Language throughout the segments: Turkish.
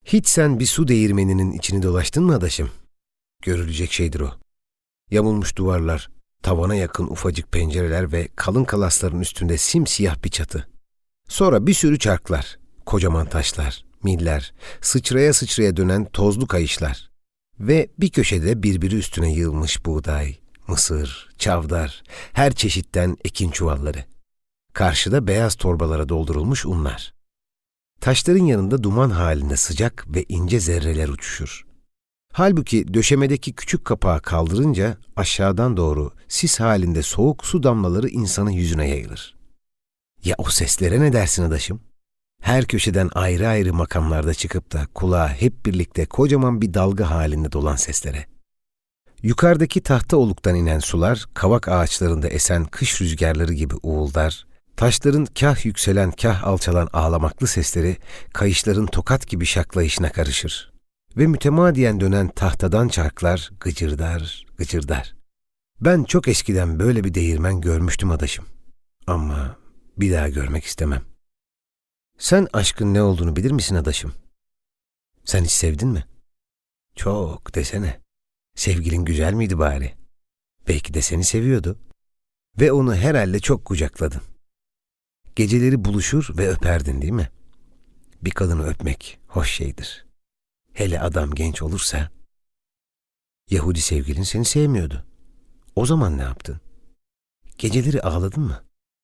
Hiç sen bir su değirmeninin içini dolaştın mı adaşım? Görülecek şeydir o. Yamulmuş duvarlar, tavana yakın ufacık pencereler ve kalın kalasların üstünde simsiyah bir çatı. Sonra bir sürü çarklar, kocaman taşlar, miller, sıçraya sıçraya dönen tozlu kayışlar. Ve bir köşede birbiri üstüne yığılmış buğday, mısır, çavdar, her çeşitten ekin çuvalları. Karşıda beyaz torbalara doldurulmuş unlar. Taşların yanında duman halinde sıcak ve ince zerreler uçuşur. Halbuki döşemedeki küçük kapağı kaldırınca aşağıdan doğru sis halinde soğuk su damlaları insanın yüzüne yayılır. Ya o seslere ne dersin adaşım? Her köşeden ayrı ayrı makamlarda çıkıp da kulağa hep birlikte kocaman bir dalga halinde dolan seslere. Yukarıdaki tahta oluktan inen sular kavak ağaçlarında esen kış rüzgarları gibi uğuldar, taşların kah yükselen kah alçalan ağlamaklı sesleri kayışların tokat gibi şaklayışına karışır. Ve mütemadiyen dönen tahtadan çarklar gıcırdar, gıcırdar. Ben çok eskiden böyle bir değirmen görmüştüm adaşım. Ama bir daha görmek istemem. Sen aşkın ne olduğunu bilir misin adaşım? Sen hiç sevdin mi? Çok desene. Sevgilin güzel miydi bari? Belki de seni seviyordu. Ve onu herhalde çok kucakladın. Geceleri buluşur ve öperdin değil mi? Bir kadını öpmek hoş şeydir. Hele adam genç olursa. Yahudi sevgilin seni sevmiyordu. O zaman ne yaptın? Geceleri ağladın mı?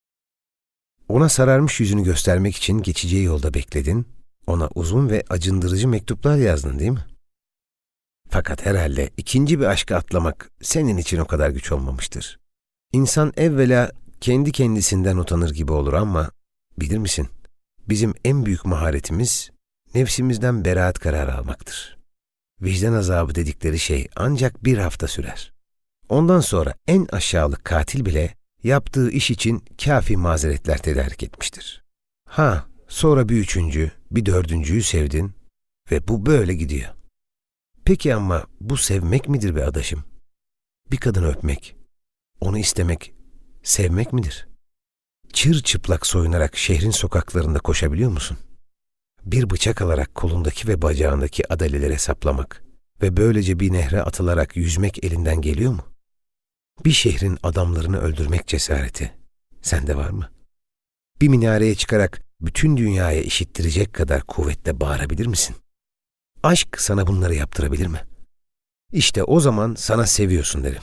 Ona sararmış yüzünü göstermek için geçeceği yolda bekledin, ona uzun ve acındırıcı mektuplar yazdın değil mi? Fakat herhalde ikinci bir aşkı atlamak senin için o kadar güç olmamıştır. İnsan evvela kendi kendisinden utanır gibi olur ama bilir misin? Bizim en büyük maharetimiz nefsimizden beraat kararı almaktır. Vicdan azabı dedikleri şey ancak bir hafta sürer. Ondan sonra en aşağılık katil bile yaptığı iş için kâfi mazeretler tedarik etmiştir. Sonra bir üçüncü, bir dördüncüyü sevdin ve bu böyle gidiyor. Peki ama bu sevmek midir be adaşım? Bir kadını öpmek, onu istemek, sevmek midir? Çırçıplak soyunarak şehrin sokaklarında koşabiliyor musun? Bir bıçak alarak kolundaki ve bacağındaki adaleleri saplamak ve böylece bir nehre atılarak yüzmek elinden geliyor mu? Bir şehrin adamlarını öldürmek cesareti sende var mı? Bir minareye çıkarak bütün dünyaya işittirecek kadar kuvvetle bağırabilir misin? Aşk sana bunları yaptırabilir mi? İşte o zaman sana seviyorsun derim.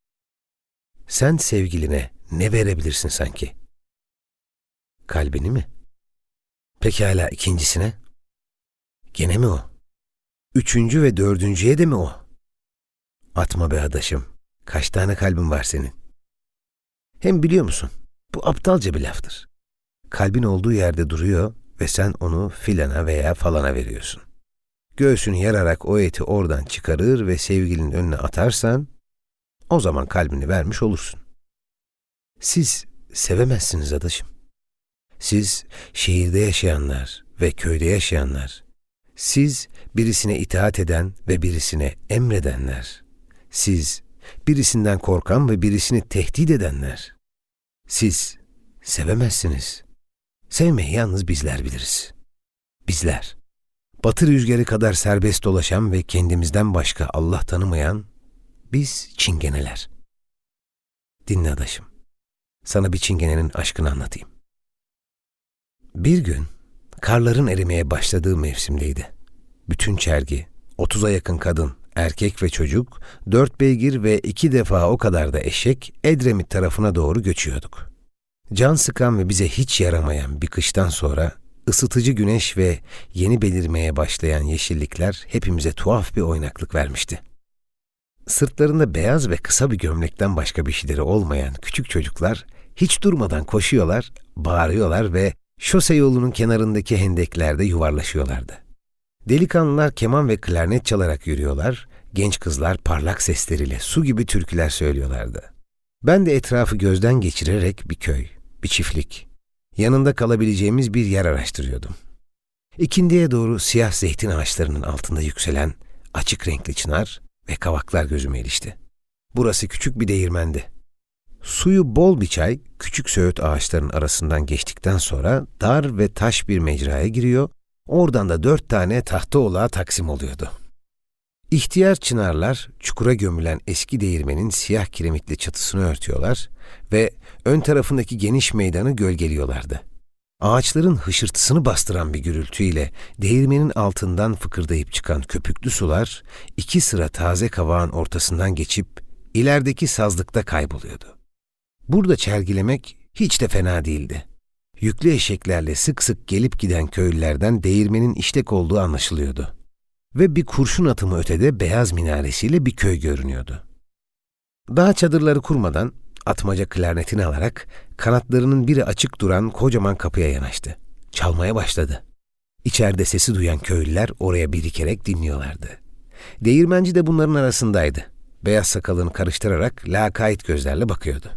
Sen sevgiline ne verebilirsin sanki? Kalbini mi? Pekala ikincisine? Gene mi o? Üçüncü ve dördüncüye de mi o? Atma be adaşım. Kaç tane kalbin var senin? Hem biliyor musun? Bu aptalca bir laftır. Kalbin olduğu yerde duruyor ve sen onu filana veya falana veriyorsun. Göğsünü yararak o eti oradan çıkarır ve sevgilinin önüne atarsan, o zaman kalbini vermiş olursun. Siz sevemezsiniz adaşım. Siz şehirde yaşayanlar ve köyde yaşayanlar, siz birisine itaat eden ve birisine emredenler, siz birisinden korkan ve birisini tehdit edenler, siz sevemezsiniz. Sevmeyi yalnız bizler biliriz. Bizler, batı rüzgarı kadar serbest dolaşan ve kendimizden başka Allah tanımayan, biz çingeneler. Dinle adaşım, sana bir çingenenin aşkını anlatayım. Bir gün, karların erimeye başladığı mevsimdeydi. Bütün çergi, 30'a yakın kadın, erkek ve çocuk, 4 beygir ve 2 defa o kadar da eşek Edremit tarafına doğru göçüyorduk. Can sıkan ve bize hiç yaramayan bir kıştan sonra ısıtıcı güneş ve yeni belirmeye başlayan yeşillikler hepimize tuhaf bir oynaklık vermişti. Sırtlarında beyaz ve kısa bir gömlekten başka bir şeyleri olmayan küçük çocuklar hiç durmadan koşuyorlar, bağırıyorlar ve şose yolunun kenarındaki hendeklerde yuvarlaşıyorlardı. Delikanlılar keman ve klarnet çalarak yürüyorlar, genç kızlar parlak sesleriyle su gibi türküler söylüyorlardı. Ben de etrafı gözden geçirerek bir köy, bir çiftlik, yanında kalabileceğimiz bir yer araştırıyordum. İkindiye doğru siyah zeytin ağaçlarının altında yükselen açık renkli çınar ve kavaklar gözüme ilişti. Burası küçük bir değirmendi. Suyu bol bir çay, küçük söğüt ağaçlarının arasından geçtikten sonra dar ve taş bir mecraya giriyor, Oradan da 4 tane tahta oğlağa taksim oluyordu. İhtiyar çınarlar çukura gömülen eski değirmenin siyah kiremitli çatısını örtüyorlar ve ön tarafındaki geniş meydanı gölgeliyorlardı. Ağaçların hışırtısını bastıran bir gürültüyle değirmenin altından fıkırdayıp çıkan köpüklü sular 2 sıra taze kavağın ortasından geçip ilerideki sazlıkta kayboluyordu. Burada çergilemek hiç de fena değildi. Yüklü eşeklerle sık sık gelip giden köylülerden değirmenin işlek olduğu anlaşılıyordu. Ve bir kurşun atımı ötede beyaz minaresiyle bir köy görünüyordu. Daha çadırları kurmadan atmaca klarnetini alarak kanatlarının biri açık duran kocaman kapıya yanaştı. Çalmaya başladı. İçeride sesi duyan köylüler oraya birikerek dinliyorlardı. Değirmenci de bunların arasındaydı. Beyaz sakalını karıştırarak lakayt gözlerle bakıyordu.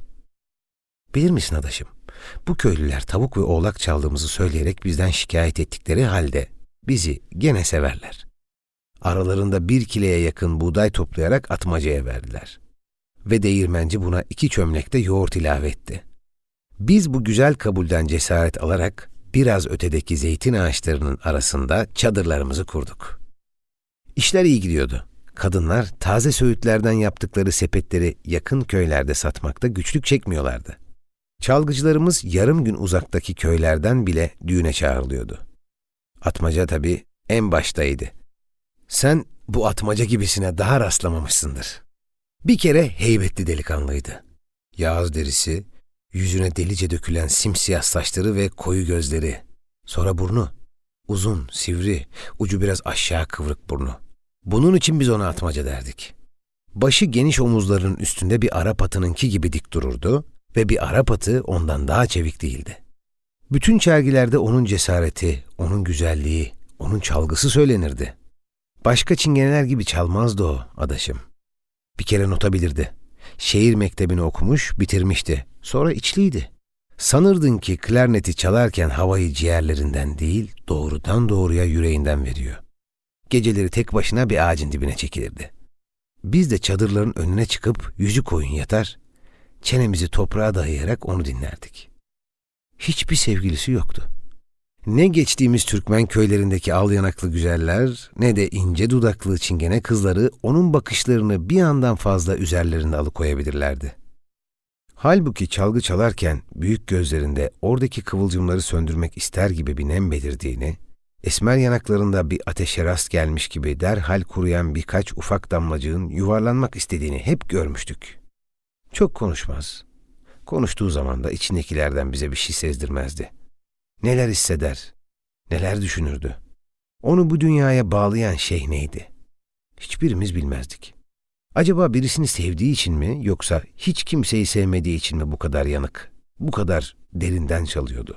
"Bilir misin adaşım, bu köylüler tavuk ve oğlak çaldığımızı söyleyerek bizden şikayet ettikleri halde bizi gene severler. Aralarında 1 kileye yakın buğday toplayarak atmacaya verdiler. Ve değirmenci buna 2 çömlekte yoğurt ilave etti. Biz bu güzel kabulden cesaret alarak biraz ötedeki zeytin ağaçlarının arasında çadırlarımızı kurduk. İşler iyi gidiyordu. Kadınlar taze söğütlerden yaptıkları sepetleri yakın köylerde satmakta güçlük çekmiyorlardı. Çalgıcılarımız yarım gün uzaktaki köylerden bile düğüne çağrılıyordu. Atmaca tabii en baştaydı. Sen bu atmaca gibisine daha rastlamamışsındır. Bir kere heybetli delikanlıydı. Yağız derisi, yüzüne delice dökülen simsiyah saçları ve koyu gözleri. Sonra burnu. Uzun, sivri, ucu biraz aşağı kıvrık burnu. Bunun için biz ona atmaca derdik. Başı geniş omuzlarının üstünde bir Arap atınınki gibi dik dururdu ve bir Arap atı ondan daha çevik değildi. Bütün çergilerde onun cesareti, onun güzelliği, onun çalgısı söylenirdi. Başka çingeneler gibi çalmazdı o adaşım. Bir kere nota bilirdi. Şehir mektebini okumuş, bitirmişti. Sonra içliydi. Sanırdın ki klarneti çalarken havayı ciğerlerinden değil, doğrudan doğruya yüreğinden veriyor. Geceleri tek başına bir ağacın dibine çekilirdi. Biz de çadırların önüne çıkıp yüzü koyun yatar, çenemizi toprağa dayayarak onu dinlerdik. Hiçbir sevgilisi yoktu. Ne geçtiğimiz Türkmen köylerindeki al yanaklı güzeller, ne de ince dudaklı çingene kızları onun bakışlarını bir yandan fazla üzerlerine alıkoyabilirlerdi. Halbuki çalgı çalarken büyük gözlerinde oradaki kıvılcımları söndürmek ister gibi bir nem belirdiğini, esmer yanaklarında bir ateşe rast gelmiş gibi derhal kuruyan birkaç ufak damlacığın yuvarlanmak istediğini hep görmüştük. Çok konuşmaz. Konuştuğu zaman da içindekilerden bize bir şey sezdirmezdi. Neler hisseder, neler düşünürdü? Onu bu dünyaya bağlayan şey neydi? Hiçbirimiz bilmezdik. Acaba birisini sevdiği için mi yoksa hiç kimseyi sevmediği için mi bu kadar yanık, bu kadar derinden çalıyordu?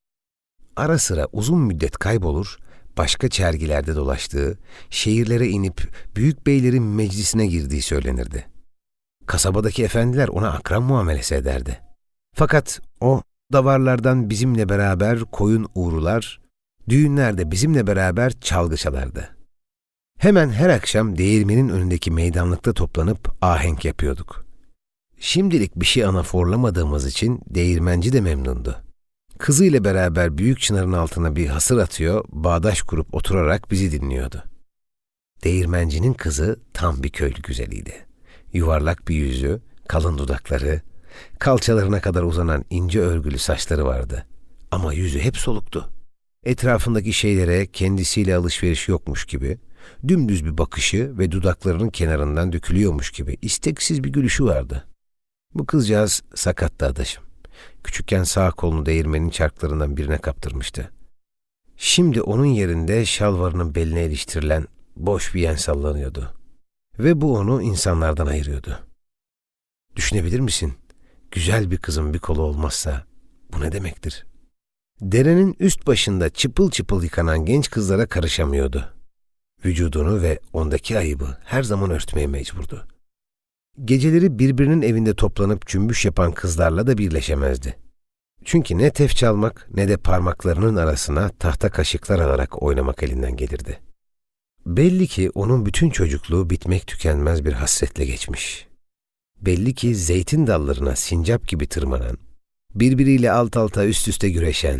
Ara sıra uzun müddet kaybolur, başka çergilerde dolaştığı, şehirlere inip büyük beylerin meclisine girdiği söylenirdi. Kasabadaki efendiler ona akran muamelesi ederdi. Fakat o davarlardan bizimle beraber koyun uğrular, düğünlerde bizimle beraber çalgı çalardı. Hemen her akşam değirmenin önündeki meydanlıkta toplanıp ahenk yapıyorduk. Şimdilik bir şey anaforlamadığımız için değirmenci de memnundu. Kızıyla beraber büyük çınarın altına bir hasır atıyor, bağdaş kurup oturarak bizi dinliyordu. Değirmencinin kızı tam bir köylü güzeliydi. Yuvarlak bir yüzü, kalın dudakları, kalçalarına kadar uzanan ince örgülü saçları vardı. Ama yüzü hep soluktu. Etrafındaki şeylere kendisiyle alışveriş yokmuş gibi, dümdüz bir bakışı ve dudaklarının kenarından dökülüyormuş gibi isteksiz bir gülüşü vardı. Bu kızcağız sakattı adaşım. Küçükken sağ kolunu değirmenin çarklarından birine kaptırmıştı. Şimdi onun yerinde şalvarının beline iliştirilen boş bir yen sallanıyordu. Ve bu onu insanlardan ayırıyordu. Düşünebilir misin? Güzel bir kızın bir kolu olmazsa bu ne demektir? Derenin üst başında çıpıl çıpıl yıkanan genç kızlara karışamıyordu. Vücudunu ve ondaki ayıbı her zaman örtmeye mecburdu. Geceleri birbirinin evinde toplanıp cümbüş yapan kızlarla da birleşemezdi. Çünkü ne tef çalmak ne de parmaklarının arasına tahta kaşıklar alarak oynamak elinden gelirdi. Belli ki onun bütün çocukluğu bitmek tükenmez bir hasretle geçmiş. Belli ki zeytin dallarına sincap gibi tırmanan, birbiriyle alt alta üst üste güreşen,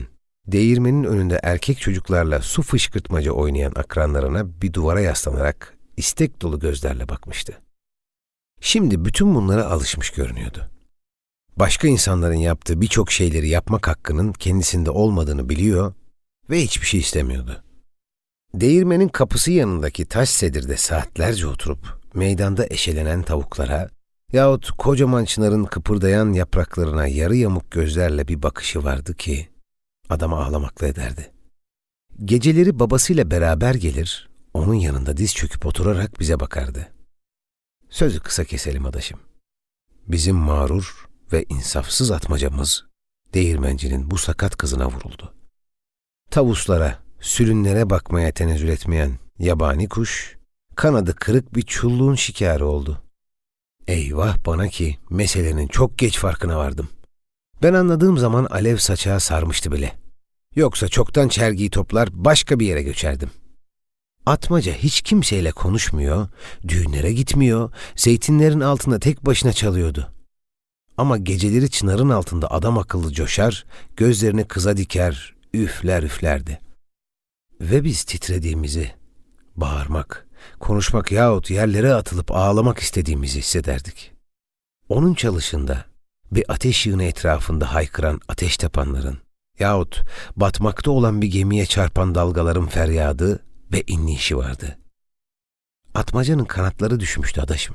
Değirmenin önünde erkek çocuklarla su fışkırtmaca oynayan akranlarına bir duvara yaslanarak istek dolu gözlerle bakmıştı. Şimdi bütün bunlara alışmış görünüyordu. Başka insanların yaptığı birçok şeyleri yapmak hakkının kendisinde olmadığını biliyor ve hiçbir şey istemiyordu. Değirmenin kapısı yanındaki taş sedirde saatlerce oturup meydanda eşelenen tavuklara yahut kocaman çınarın kıpırdayan yapraklarına yarı yamuk gözlerle bir bakışı vardı ki adamı ağlamakla ederdi. Geceleri babasıyla beraber gelir, onun yanında diz çöküp oturarak bize bakardı. Sözü kısa keselim adaşım. Bizim mağrur ve insafsız atmacamız değirmencinin bu sakat kızına vuruldu. Tavuslara, sürünlere bakmaya tenezzül etmeyen yabani kuş, kanadı kırık bir çulluğun şikarı oldu. Eyvah bana ki meselenin çok geç farkına vardım. Ben anladığım zaman alev saçağı sarmıştı bile. Yoksa çoktan çergiyi toplar başka bir yere göçerdim. Atmaca hiç kimseyle konuşmuyor, düğünlere gitmiyor, zeytinlerin altında tek başına çalıyordu. Ama geceleri çınarın altında adam akıllı coşar, gözlerini kıza diker, üfler üflerdi. Ve biz titrediğimizi, bağırmak, konuşmak yahut yerlere atılıp ağlamak istediğimizi hissederdik. Onun çalışında bir ateş yığını etrafında haykıran ateş tapanların yahut batmakta olan bir gemiye çarpan dalgaların feryadı ve inleyişi vardı. Atmacanın kanatları düşmüştü adaşım.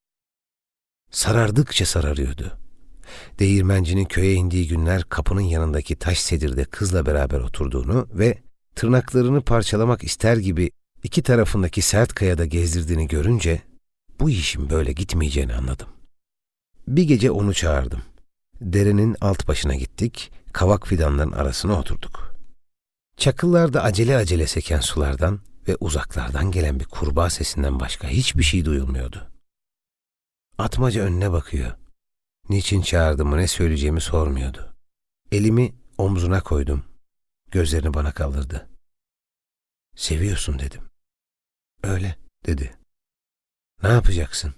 Sarardıkça sararıyordu. Değirmencinin köye indiği günler kapının yanındaki taş sedirde kızla beraber oturduğunu ve tırnaklarını parçalamak ister gibi iki tarafındaki sert kayada gezdirdiğini görünce bu işin böyle gitmeyeceğini anladım. Bir gece onu çağırdım. Derenin alt başına gittik, kavak fidanların arasına oturduk. Çakıllarda acele acele seken sulardan ve uzaklardan gelen bir kurbağa sesinden başka hiçbir şey duyulmuyordu. Atmaca önüne bakıyor. Niçin çağırdığımı, ne söyleyeceğimi sormuyordu. Elimi omzuna koydum. Gözlerini bana kaldırdı. Seviyorsun dedim. Öyle dedi. Ne yapacaksın?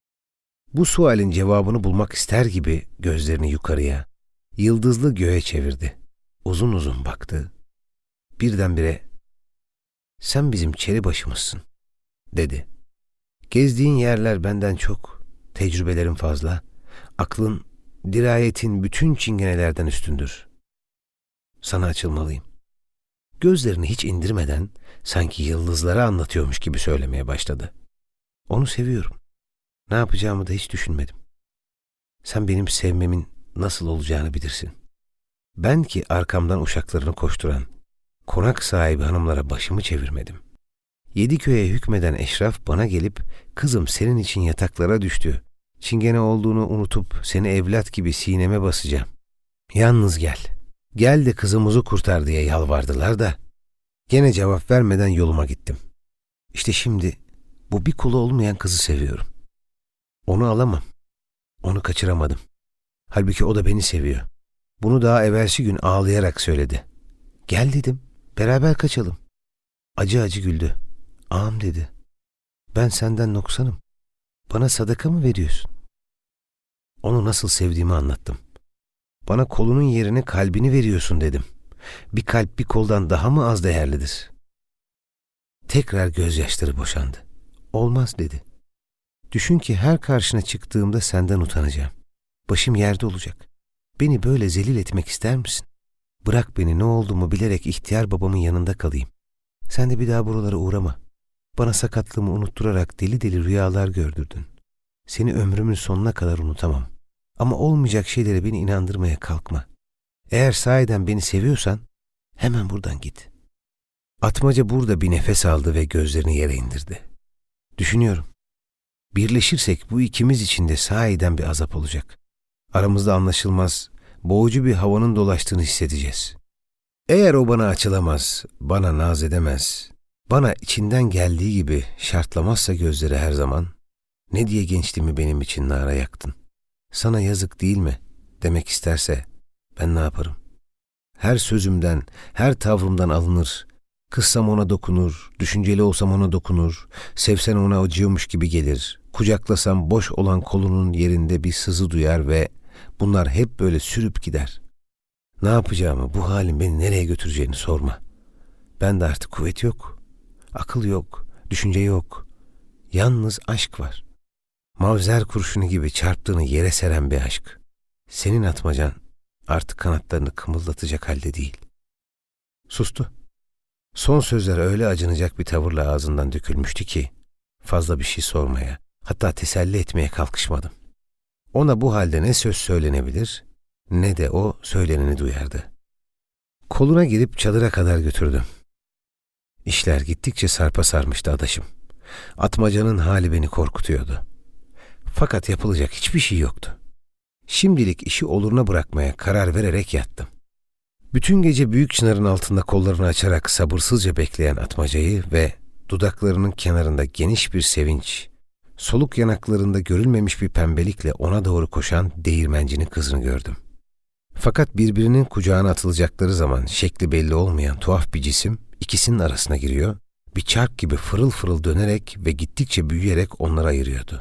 Bu sualin cevabını bulmak ister gibi gözlerini yukarıya, yıldızlı göğe çevirdi. Uzun uzun baktı. Birdenbire sen bizim çeri başımızsın dedi. Gezdiğin yerler benden çok, tecrübelerin fazla, aklın, dirayetin bütün çingenelerden üstündür. Sana açılmalıyım. Gözlerini hiç indirmeden sanki yıldızlara anlatıyormuş gibi söylemeye başladı. Onu seviyorum. Ne yapacağımı da hiç düşünmedim. Sen benim sevmemin nasıl olacağını bilirsin. Ben ki arkamdan uşaklarını koşturan, konak sahibi hanımlara başımı çevirmedim. 7 köye hükmeden eşraf bana gelip, kızım senin için yataklara düştü, çingene olduğunu unutup seni evlat gibi sineme basacağım. Yalnız gel, gel de kızımızı kurtar diye yalvardılar da, gene cevap vermeden yoluma gittim. İşte şimdi bu bir kulu olmayan kızı seviyorum. Onu alamam, onu kaçıramadım. Halbuki o da beni seviyor. Bunu daha evvelsi gün ağlayarak söyledi. Gel dedim, beraber kaçalım. Acı acı güldü. Ağam dedi. Ben senden noksanım. Bana sadaka mı veriyorsun? Onu nasıl sevdiğimi anlattım. Bana kolunun yerine kalbini veriyorsun dedim. Bir kalp bir koldan daha mı az değerlidir? Tekrar gözyaşları boşandı. Olmaz dedi. Düşün ki her karşına çıktığımda senden utanacağım. Başım yerde olacak. Beni böyle zelil etmek ister misin? Bırak beni, ne olduğumu bilerek ihtiyar babamın yanında kalayım. Sen de bir daha buralara uğrama. Bana sakatlığımı unutturarak deli deli rüyalar gördürdün. Seni ömrümün sonuna kadar unutamam. Ama olmayacak şeylere beni inandırmaya kalkma. Eğer sahiden beni seviyorsan hemen buradan git. Atmaca burada bir nefes aldı ve gözlerini yere indirdi. Düşünüyorum. Birleşirsek bu ikimiz için de sahiden bir azap olacak. Aramızda anlaşılmaz, boğucu bir havanın dolaştığını hissedeceğiz. Eğer o bana açılamaz, bana naz edemez, bana içinden geldiği gibi şartlamazsa gözleri her zaman, ne diye gençliğimi benim için nara yaktın? Sana yazık değil mi demek isterse ben ne yaparım? Her sözümden, her tavrımdan alınır, kızsam ona dokunur, düşünceli olsam ona dokunur, sevsen ona acıyormuş gibi gelir, kucaklasam boş olan kolunun yerinde bir sızı duyar ve bunlar hep böyle sürüp gider. Ne yapacağımı, bu halin beni nereye götüreceğini sorma. Bende artık kuvvet yok, akıl yok, düşünce yok. Yalnız aşk var. Mavzer kurşunu gibi çarptığını yere seren bir aşk. Senin Atmacan artık kanatlarını kımıldatacak halde değil. Sustu. Son sözler öyle acınacak bir tavırla ağzından dökülmüştü ki fazla bir şey sormaya, hatta teselli etmeye kalkışmadım. Ona bu halde ne söz söylenebilir ne de o söyleneni duyardı. Koluna girip çadıra kadar götürdüm. İşler gittikçe sarpa sarmıştı adaşım. Atmacanın hali beni korkutuyordu. Fakat yapılacak hiçbir şey yoktu. Şimdilik işi oluruna bırakmaya karar vererek yattım. Bütün gece büyük çınarın altında kollarını açarak sabırsızca bekleyen Atmacayı ve dudaklarının kenarında geniş bir sevinç, soluk yanaklarında görülmemiş bir pembelikle ona doğru koşan değirmencinin kızını gördüm. Fakat birbirinin kucağına atılacakları zaman şekli belli olmayan tuhaf bir cisim ikisinin arasına giriyor, bir çark gibi fırıl fırıl dönerek ve gittikçe büyüyerek onları ayırıyordu.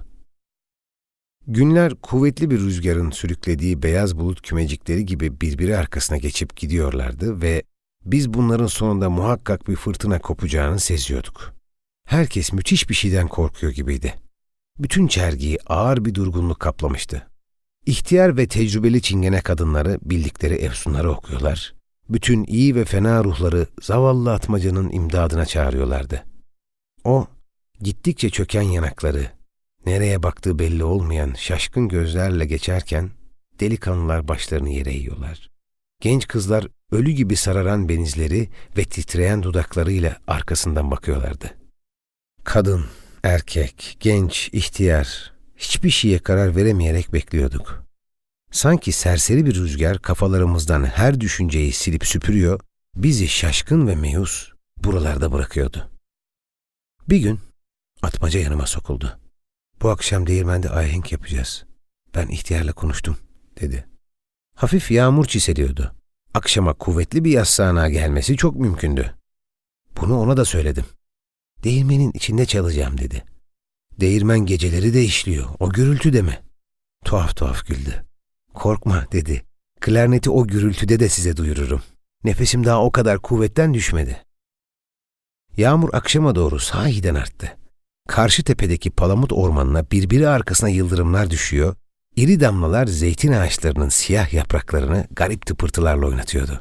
Günler kuvvetli bir rüzgarın sürüklediği beyaz bulut kümecikleri gibi birbiri arkasına geçip gidiyorlardı ve biz bunların sonunda muhakkak bir fırtına kopacağını seziyorduk. Herkes müthiş bir şeyden korkuyor gibiydi. Bütün çergiyi ağır bir durgunluk kaplamıştı. İhtiyar ve tecrübeli çingene kadınları bildikleri efsunları okuyorlar, bütün iyi ve fena ruhları zavallı Atmaca'nın imdadına çağırıyorlardı. O, gittikçe çöken yanakları, nereye baktığı belli olmayan şaşkın gözlerle geçerken delikanlılar başlarını yere eğiyorlar. Genç kızlar ölü gibi sararan benizleri ve titreyen dudaklarıyla arkasından bakıyorlardı. Kadın, erkek, genç, ihtiyar, hiçbir şeye karar veremeyerek bekliyorduk. Sanki serseri bir rüzgar kafalarımızdan her düşünceyi silip süpürüyor, bizi şaşkın ve meyus buralarda bırakıyordu. Bir gün Atmaca yanıma sokuldu. "Bu akşam değirmende ahenk yapacağız. Ben ihtiyarla konuştum," dedi. Hafif yağmur çiseliyordu. Akşama kuvvetli bir yaz sağanağı gelmesi çok mümkündü. Bunu ona da söyledim. "Değirmenin içinde çalacağım," dedi. "Değirmen geceleri de işliyor, o gürültü de mi?" Tuhaf tuhaf güldü. "Korkma," dedi. "Klarneti o gürültüde de size duyururum. Nefesim daha o kadar kuvvetten düşmedi." Yağmur akşama doğru sahiden arttı. Karşı tepedeki palamut ormanına birbiri arkasına yıldırımlar düşüyor, iri damlalar zeytin ağaçlarının siyah yapraklarını garip tıpırtılarla oynatıyordu.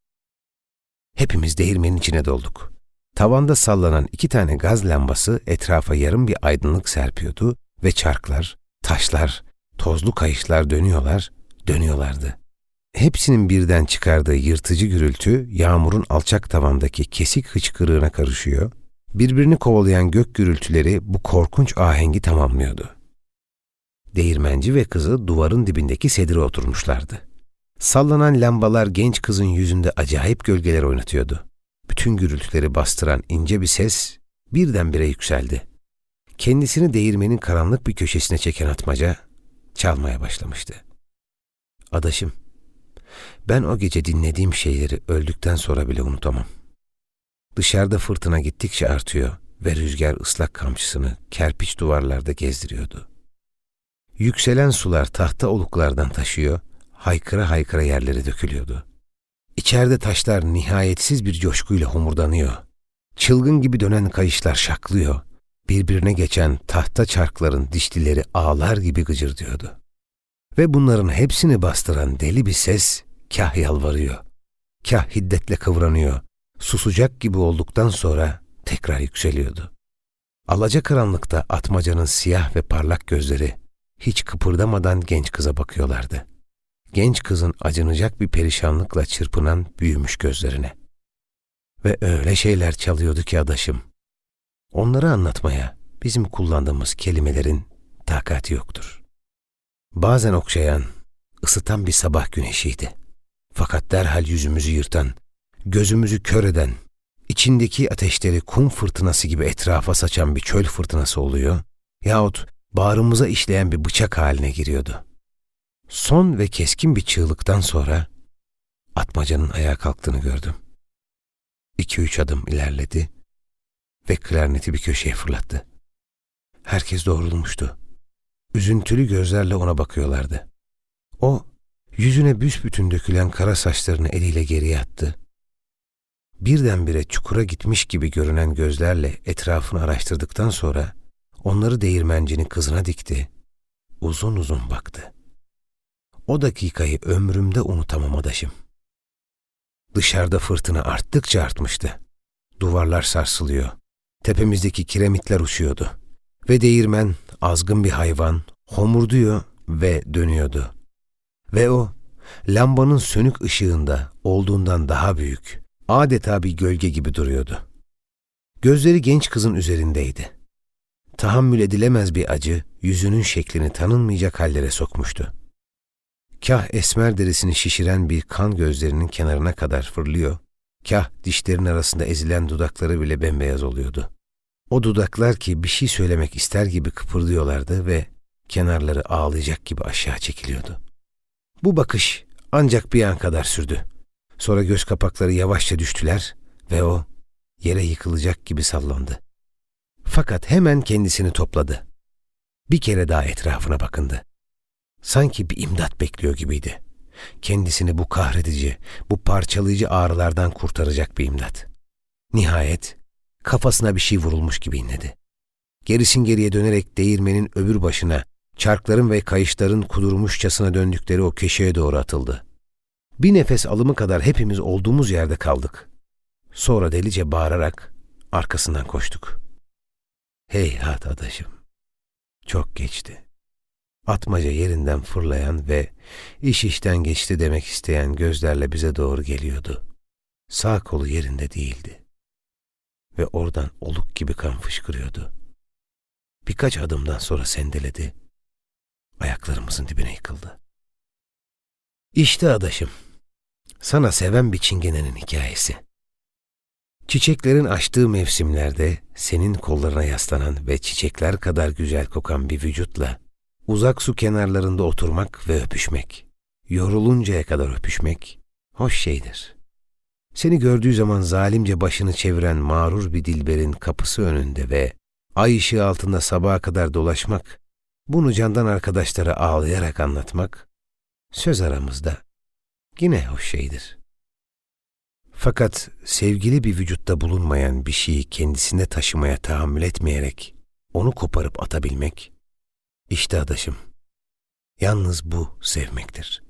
Hepimiz değirmenin içine dolduk. Tavanda sallanan 2 tane gaz lambası etrafa yarım bir aydınlık serpiyordu ve çarklar, taşlar, tozlu kayışlar dönüyorlardı. Hepsinin birden çıkardığı yırtıcı gürültü yağmurun alçak tavandaki kesik hıçkırığına karışıyor, birbirini kovalayan gök gürültüleri bu korkunç ahengi tamamlıyordu. Değirmenci ve kızı duvarın dibindeki sedire oturmuşlardı. Sallanan lambalar genç kızın yüzünde acayip gölgeler oynatıyordu. Bütün gürültüleri bastıran ince bir ses birdenbire yükseldi. Kendisini değirmenin karanlık bir köşesine çeken Atmaca çalmaya başlamıştı. "Adaşım, ben o gece dinlediğim şeyleri öldükten sonra bile unutamam. Dışarıda fırtına gittikçe artıyor ve rüzgar ıslak kamçısını kerpiç duvarlarda gezdiriyordu. Yükselen sular tahta oluklardan taşıyor, haykıra haykıra yerlere dökülüyordu. İçeride taşlar nihayetsiz bir coşkuyla homurdanıyor. Çılgın gibi dönen kayışlar şaklıyor. Birbirine geçen tahta çarkların dişlileri ağlar gibi gıcırdıyordu. Ve bunların hepsini bastıran deli bir ses kah yalvarıyor, kah hiddetle kıvranıyor. Susacak gibi olduktan sonra tekrar yükseliyordu. Alacakaranlıkta Atmaca'nın siyah ve parlak gözleri hiç kıpırdamadan genç kıza bakıyorlardı. Genç kızın acınacak bir perişanlıkla çırpınan büyümüş gözlerine. Ve öyle şeyler çalıyordu ki adaşım, onları anlatmaya bizim kullandığımız kelimelerin takati yoktur. Bazen okşayan, ısıtan bir sabah güneşiydi. Fakat derhal yüzümüzü yırtan, gözümüzü kör eden, içindeki ateşleri kum fırtınası gibi etrafa saçan bir çöl fırtınası oluyor yahut bağrımıza işleyen bir bıçak haline giriyordu. Son ve keskin bir çığlıktan sonra Atmaca'nın ayağa kalktığını gördüm. 2-3 adım ilerledi ve klarneti bir köşeye fırlattı. Herkes doğrulmuştu. Üzüntülü gözlerle ona bakıyorlardı. O, Yüzüne büsbütün dökülen kara saçlarını eliyle geriye attı. Birdenbire çukura gitmiş gibi görünen gözlerle etrafını araştırdıktan sonra onları değirmencinin kızına dikti. Uzun uzun baktı. O dakikayı ömrümde unutamam adaşım. Dışarıda fırtına arttıkça artmıştı. Duvarlar sarsılıyor. Tepemizdeki kiremitler uçuyordu. Ve değirmen, azgın bir hayvan, homurduyor ve dönüyordu. Ve o, lambanın sönük ışığında olduğundan daha büyük, adeta bir gölge gibi duruyordu. Gözleri genç kızın üzerindeydi. Tahammül edilemez bir acı, yüzünün şeklini tanınmayacak hallere sokmuştu. Kah esmer derisini şişiren bir kan gözlerinin kenarına kadar fırlıyor, kah dişlerin arasında ezilen dudakları bile bembeyaz oluyordu. O dudaklar ki bir şey söylemek ister gibi kıpırdıyorlardı ve kenarları ağlayacak gibi aşağı çekiliyordu. Bu bakış ancak bir an kadar sürdü. Sonra göz kapakları yavaşça düştüler ve o yere yıkılacak gibi sallandı. Fakat hemen kendisini topladı. Bir kere daha etrafına bakındı. Sanki bir imdat bekliyor gibiydi. Kendisini bu kahredici, bu parçalayıcı ağrılardan kurtaracak bir imdat. Nihayet kafasına bir şey vurulmuş gibi inledi. Gerisin geriye dönerek değirmenin öbür başına, çarkların ve kayışların kudurmuşçasına döndükleri o köşeye doğru atıldı. Bir nefes alımı kadar hepimiz olduğumuz yerde kaldık. Sonra delice bağırarak arkasından koştuk. Heyhat adaşım, çok geçti. Atmaca yerinden fırlayan ve iş işten geçti demek isteyen gözlerle bize doğru geliyordu. Sağ kolu yerinde değildi. Ve oradan oluk gibi kan fışkırıyordu. Birkaç adımdan sonra sendeledi. Ayaklarımızın dibine yıkıldı. İşte adaşım, sana seven bir çingenenin hikayesi. Çiçeklerin açtığı mevsimlerde senin kollarına yaslanan ve çiçekler kadar güzel kokan bir vücutla uzak su kenarlarında oturmak ve öpüşmek, yoruluncaya kadar öpüşmek hoş şeydir. Seni gördüğü zaman zalimce başını çeviren mağrur bir dilberin kapısı önünde ve ay ışığı altında sabaha kadar dolaşmak, bunu candan arkadaşlara ağlayarak anlatmak, söz aramızda yine hoş şeydir. Fakat sevgili bir vücutta bulunmayan bir şeyi kendisinde taşımaya tahammül etmeyerek onu koparıp atabilmek, işte adaşım, yalnız bu sevmektir.